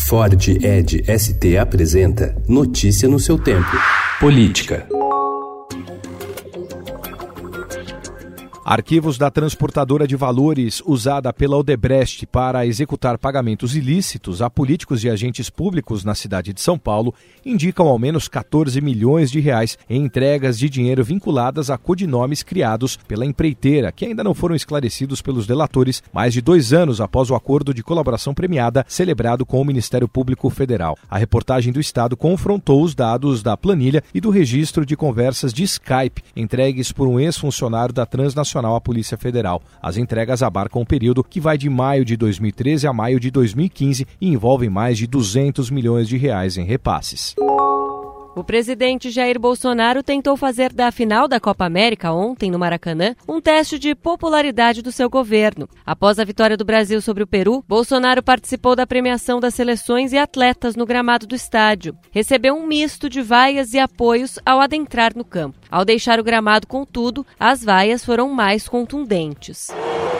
Ford Edge ST apresenta Notícia no seu tempo. Política. Arquivos da transportadora de valores usada pela Odebrecht para executar pagamentos ilícitos a políticos e agentes públicos na cidade de São Paulo indicam ao menos 14 milhões de reais em entregas de dinheiro vinculadas a codinomes criados pela empreiteira, que ainda não foram esclarecidos pelos delatores mais de 2 anos após o acordo de colaboração premiada celebrado com o Ministério Público Federal. A reportagem do Estado confrontou os dados da planilha e do registro de conversas de Skype entregues por um ex-funcionário da Transnacional à Polícia Federal. As entregas abarcam um período que vai de maio de 2013 a maio de 2015 e envolvem mais de 200 milhões de reais em repasses. O presidente Jair Bolsonaro tentou fazer da final da Copa América ontem no Maracanã um teste de popularidade do seu governo. Após a vitória do Brasil sobre o Peru, Bolsonaro participou da premiação das seleções e atletas no gramado do estádio. Recebeu um misto de vaias e apoios ao adentrar no campo. Ao deixar o gramado, contudo, as vaias foram mais contundentes.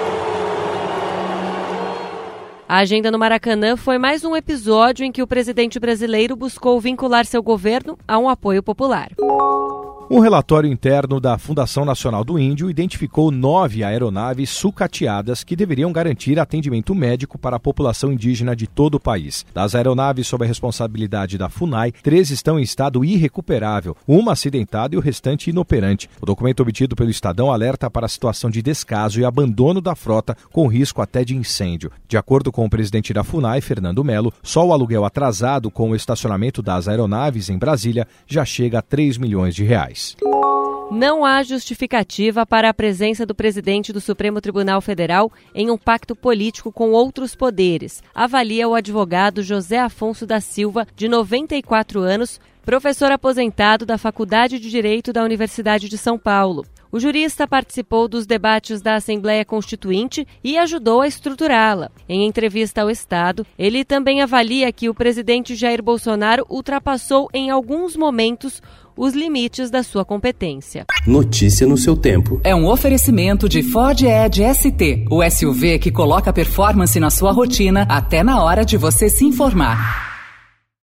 A agenda no Maracanã foi mais um episódio em que o presidente brasileiro buscou vincular seu governo a um apoio popular. Um relatório interno da Fundação Nacional do Índio identificou 9 aeronaves sucateadas que deveriam garantir atendimento médico para a população indígena de todo o país. Das aeronaves sob a responsabilidade da FUNAI, 3 estão em estado irrecuperável, uma acidentada e o restante inoperante. O documento obtido pelo Estadão alerta para a situação de descaso e abandono da frota, com risco até de incêndio. De acordo com o presidente da FUNAI, Fernando Melo, só o aluguel atrasado com o estacionamento das aeronaves em Brasília já chega a 3 milhões de reais. Não há justificativa para a presença do presidente do Supremo Tribunal Federal em um pacto político com outros poderes, avalia o advogado José Afonso da Silva, de 94 anos, professor aposentado da Faculdade de Direito da Universidade de São Paulo. O jurista participou dos debates da Assembleia Constituinte e ajudou a estruturá-la. Em entrevista ao Estado, ele também avalia que o presidente Jair Bolsonaro ultrapassou em alguns momentos os limites da sua competência. Notícia no seu tempo. É um oferecimento de Ford Edge ST, o SUV que coloca performance na sua rotina até na hora de você se informar.